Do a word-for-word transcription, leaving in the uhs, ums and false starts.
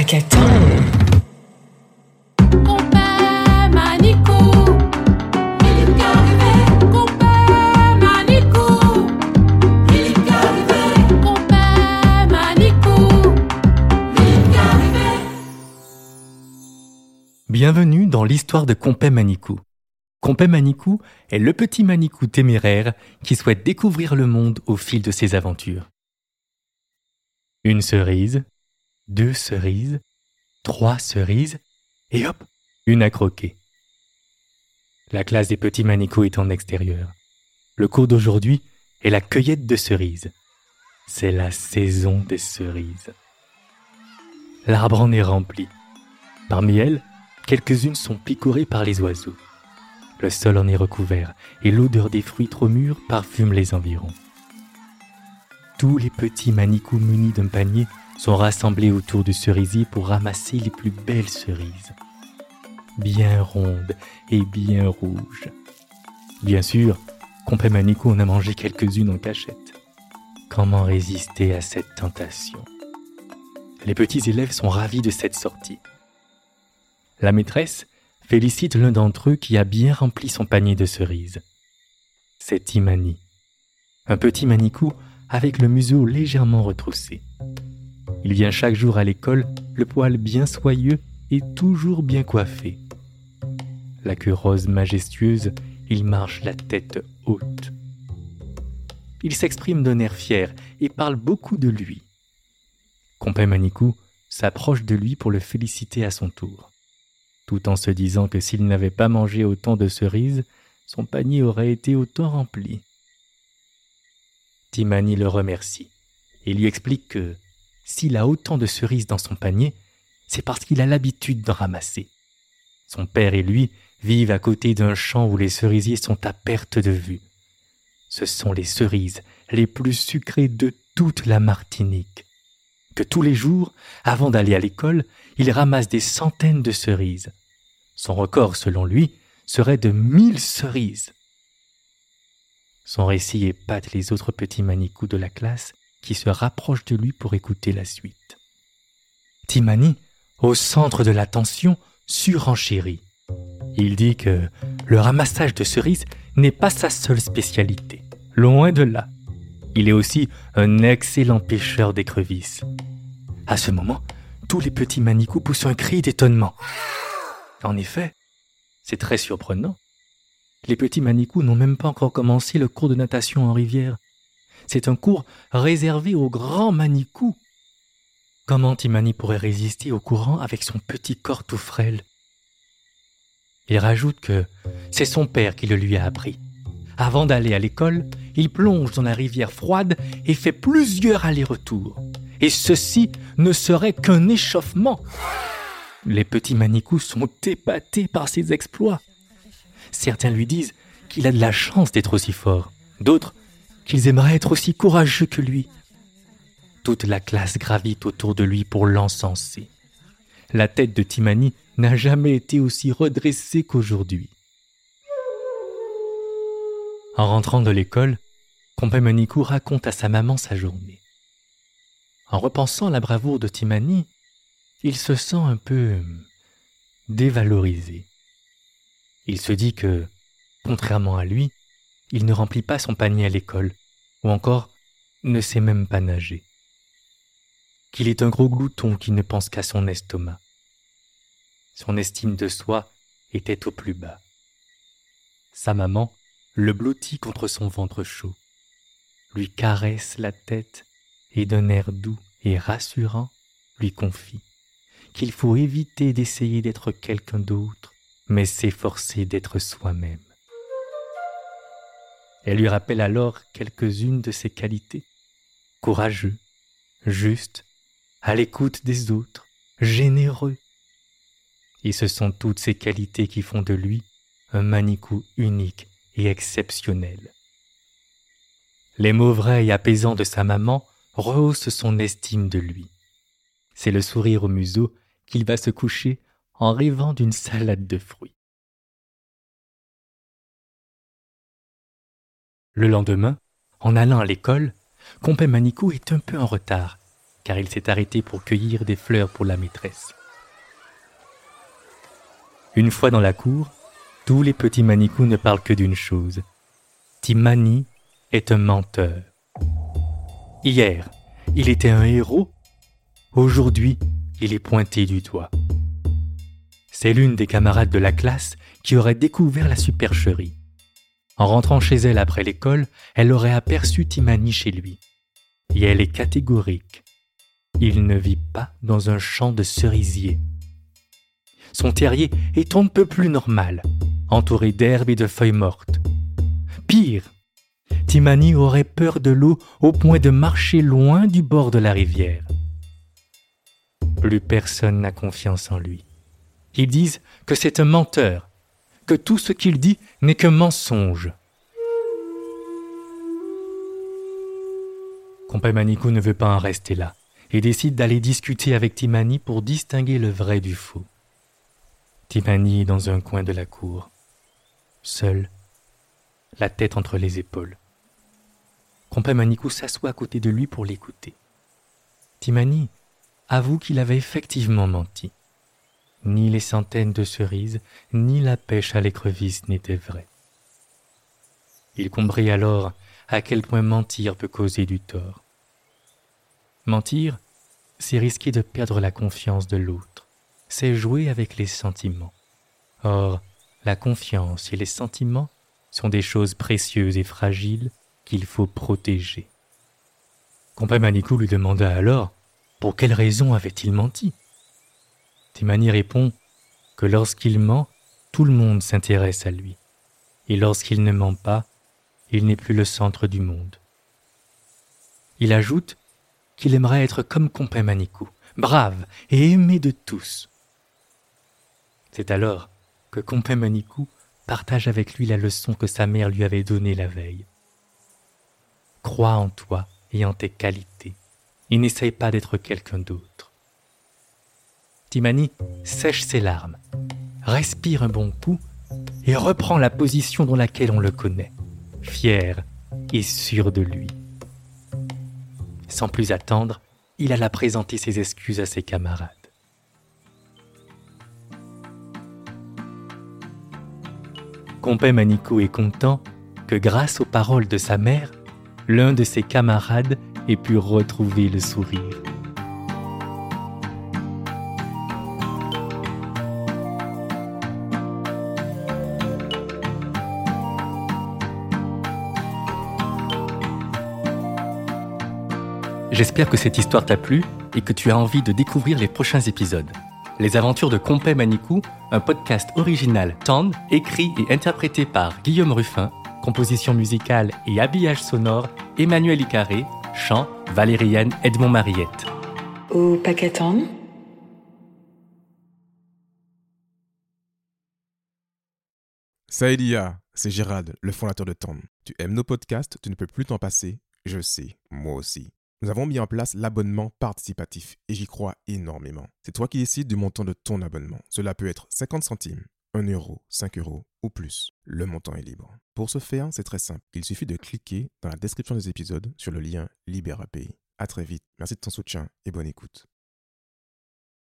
Hackathon. Compère Manikou, il est arrivé. Compère Manikou, il est arrivé. Compère Manikou, il est arrivé. Bienvenue dans l'histoire de Compère Manikou. Compère Manikou est le petit Manikou téméraire qui souhaite découvrir le monde au fil de ses aventures. Une cerise, deux cerises, trois cerises, et hop, une à croquer. La classe des petits Manikou est en extérieur. Le cours d'aujourd'hui est la cueillette de cerises. C'est la saison des cerises. L'arbre en est rempli. Parmi elles, quelques-unes sont picorées par les oiseaux. Le sol en est recouvert et l'odeur des fruits trop mûrs parfume les environs. Tous les petits Manikou munis d'un panier sont rassemblés autour du cerisier pour ramasser les plus belles cerises. Bien rondes et bien rouges. Bien sûr, Compère Manikou en a mangé quelques-unes en cachette. Comment résister à cette tentation? Les petits élèves sont ravis de cette sortie. La maîtresse félicite l'un d'entre eux qui a bien rempli son panier de cerises. C'est Timani, un petit Manikou avec le museau légèrement retroussé. Il vient chaque jour à l'école, le poil bien soyeux et toujours bien coiffé. La queue rose majestueuse, il marche la tête haute. Il s'exprime d'un air fier et parle beaucoup de lui. Compère Manikou s'approche de lui pour le féliciter à son tour, tout en se disant que s'il n'avait pas mangé autant de cerises, son panier aurait été autant rempli. Timani le remercie et lui explique que s'il a autant de cerises dans son panier, c'est parce qu'il a l'habitude d'en ramasser. Son père et lui vivent à côté d'un champ où les cerisiers sont à perte de vue. Ce sont les cerises les plus sucrées de toute la Martinique. Que tous les jours, avant d'aller à l'école, il ramasse des centaines de cerises. Son record, selon lui, serait de mille cerises. Son récit épate les autres petits Manikou de la classe qui se rapprochent de lui pour écouter la suite. Timani, au centre de l'attention, surenchérit. Il dit que le ramassage de cerises n'est pas sa seule spécialité. Loin de là. Il est aussi un excellent pêcheur d'écrevisses. À ce moment, tous les petits Manikou poussent un cri d'étonnement. En effet, c'est très surprenant. Les petits Manikou n'ont même pas encore commencé le cours de natation en rivière. C'est un cours réservé aux grands Manikou. Comment Timani pourrait résister au courant avec son petit corps tout frêle? Il rajoute que c'est son père qui le lui a appris. Avant d'aller à l'école, il plonge dans la rivière froide et fait plusieurs allers-retours. Et ceci ne serait qu'un échauffement. Les petits Manikou sont épatés par ses exploits. Certains lui disent qu'il a de la chance d'être aussi fort. D'autres, qu'ils aimeraient être aussi courageux que lui. Toute la classe gravite autour de lui pour l'encenser. La tête de Timani n'a jamais été aussi redressée qu'aujourd'hui. En rentrant de l'école, Compère Manikou raconte à sa maman sa journée. En repensant à la bravoure de Timani, il se sent un peu dévalorisé. Il se dit que, contrairement à lui, il ne remplit pas son panier à l'école, ou encore ne sait même pas nager. Qu'il est un gros glouton qui ne pense qu'à son estomac. Son estime de soi était au plus bas. Sa maman le blottit contre son ventre chaud, lui caresse la tête et d'un air doux et rassurant lui confie qu'il faut éviter d'essayer d'être quelqu'un d'autre, mais s'efforcer d'être soi-même. Elle lui rappelle alors quelques-unes de ses qualités. Courageux, juste, à l'écoute des autres, généreux. Et ce sont toutes ces qualités qui font de lui un Manikou unique et exceptionnel. Les mots vrais et apaisants de sa maman rehaussent son estime de lui. C'est le sourire au museau qu'il va se coucher en rêvant d'une salade de fruits. Le lendemain, en allant à l'école, Compère Manikou est un peu en retard car il s'est arrêté pour cueillir des fleurs pour la maîtresse. Une fois dans la cour, tous les petits Manikou ne parlent que d'une chose. Timani est un menteur. Hier, il était un héros. Aujourd'hui, il est pointé du doigt. C'est l'une des camarades de la classe qui aurait découvert la supercherie. En rentrant chez elle après l'école, elle aurait aperçu Timani chez lui. Et elle est catégorique. Il ne vit pas dans un champ de cerisiers. Son terrier est on ne peut plus normal, entouré d'herbes et de feuilles mortes. Pire, Timani aurait peur de l'eau au point de marcher loin du bord de la rivière. Plus personne n'a confiance en lui. Ils disent que c'est un menteur, que tout ce qu'il dit n'est que mensonge. Compay Manikou ne veut pas en rester là et décide d'aller discuter avec Timani pour distinguer le vrai du faux. Timani est dans un coin de la cour, seul, la tête entre les épaules. Compay Manikou s'assoit à côté de lui pour l'écouter. Timani avoue qu'il avait effectivement menti. Ni les centaines de cerises, ni la pêche à l'écrevisse n'étaient vraies. Il comprit alors à quel point mentir peut causer du tort. Mentir, c'est risquer de perdre la confiance de l'autre. C'est jouer avec les sentiments. Or, la confiance et les sentiments sont des choses précieuses et fragiles qu'il faut protéger. Compay Manikou lui demanda alors pour quelle raison avait-il menti. Timani répond que lorsqu'il ment, tout le monde s'intéresse à lui. Et lorsqu'il ne ment pas, il n'est plus le centre du monde. Il ajoute qu'il aimerait être comme Compay Manikou, brave et aimé de tous. C'est alors que Compay Manikou partage avec lui la leçon que sa mère lui avait donnée la veille. Crois en toi et en tes qualités, et n'essaye pas d'être quelqu'un d'autre. Timani sèche ses larmes, respire un bon coup et reprend la position dans laquelle on le connaît, fier et sûr de lui. Sans plus attendre, il alla présenter ses excuses à ses camarades. Compay Manikou est content que grâce aux paroles de sa mère, l'un de ses camarades ait pu retrouver le sourire. J'espère que cette histoire t'a plu et que tu as envie de découvrir les prochains épisodes. Les aventures de Compay Manikou, un podcast original Tand, écrit et interprété par Guillaume Ruffin, composition musicale et habillage sonore Emmanuel Icaré, chant Valériane Edmond-Mariette. Au paquet Tand. Saïdia, c'est Gérald, le fondateur de Tand. Tu aimes nos podcasts, tu ne peux plus t'en passer. Je sais, moi aussi. Nous avons mis en place l'abonnement participatif et j'y crois énormément. C'est toi qui décides du montant de ton abonnement. Cela peut être cinquante centimes, un euro, cinq euros ou plus. Le montant est libre. Pour ce faire, c'est très simple. Il suffit de cliquer dans la description des épisodes sur le lien Libérapay. À très vite. Merci de ton soutien et bonne écoute.